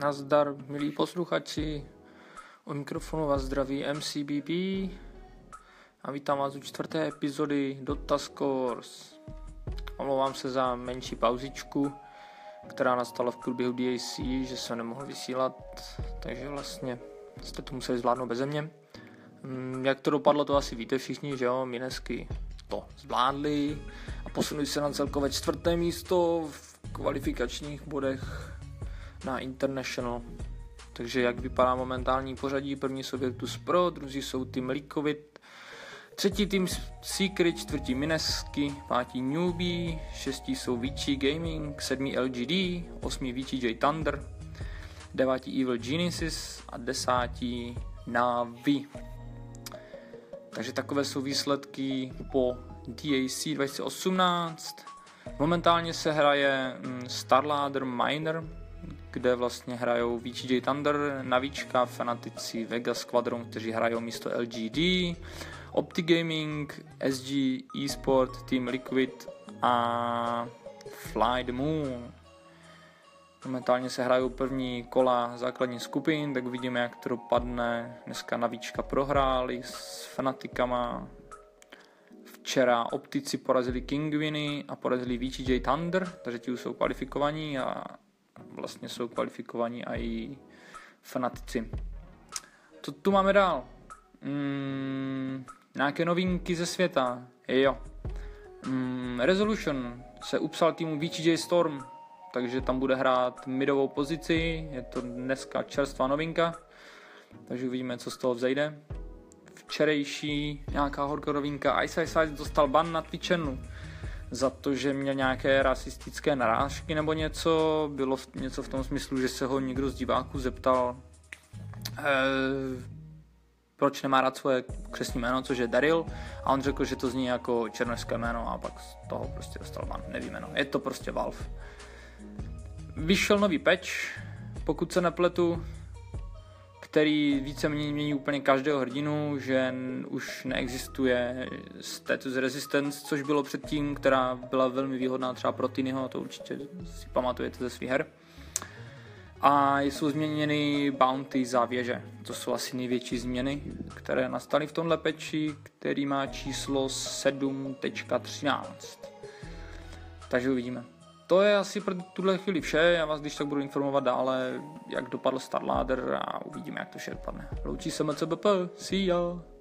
Nazdar, milí posluchači, u mikrofonu vás zdraví MCBP a vítám vás u 4. epizody Dota Scores. Omlouvám se za menší pauzičku, která nastala v průběhu DAC, že jsem nemohl vysílat, takže vlastně jste to museli zvládnout beze mě. Jak to dopadlo, to asi víte všichni, že jo, Minesky to zvládli a posunuli se na celkové 4. místo v kvalifikačních bodech na International. Takže jak vypadá momentální pořadí, první jsou Virtus Pro, druzí jsou Team Liquid, třetí Team Secret, čtvrtí Minesky, pátí Newbie, šestí jsou Vici Gaming, sedmý LGD, osmý VTJ Thunder, devátí Evil Geniuses a desátí Navi. Takže takové jsou výsledky po DAC 2018. Momentálně se hraje Starladder Minor, kde vlastně hrajou VTJ Thunder, Navička, fanatici Vegas Squadron, kteří hrajou místo LGD, Opti Gaming, SG eSport, Team Liquid a Fly the Moon. Momentálně se hrajou první kola základní skupin, tak uvidíme, jak to dopadne. Dneska Navička prohráli s fanatikama. Včera Optici porazili Kingwiny a porazili VTJ Thunder, takže ti už jsou kvalifikovaní a vlastně jsou kvalifikovaní i fanatici. Co tu máme dál? Nějaké novinky ze světa. Jo. Resolution se upsal týmu VTJ Storm, takže tam bude hrát midovou pozici. Je to dneska čerstvá novinka, takže uvidíme, co z toho vzejde. Včerejší nějaká horká novinka. Ice dostal ban na Twitchenu za to, že měl nějaké rasistické narážky nebo něco. Bylo něco v tom smyslu, že se ho někdo z diváků zeptal, proč nemá rád svoje křestní jméno, což je Daryl, a on řekl, že to zní jako černošské jméno a pak z toho prostě dostal ban, nevím jméno. Je to prostě Valve. Vyšel nový patch, pokud se nepletu, který více mění úplně každého hrdinu, že už neexistuje status resistance, což bylo předtím, která byla velmi výhodná třeba pro Tinyho, to určitě si pamatujete ze svých her. A jsou změněny bounty za věže. To jsou asi největší změny, které nastaly v tomhle patchi, který má číslo 7.13. Takže uvidíme. To je asi pro tuhle chvíli vše, já vás když tak budu informovat dále, jak dopadl Starladder a uvidíme, jak to vše dopadne. Loučí se MCBP, see ya!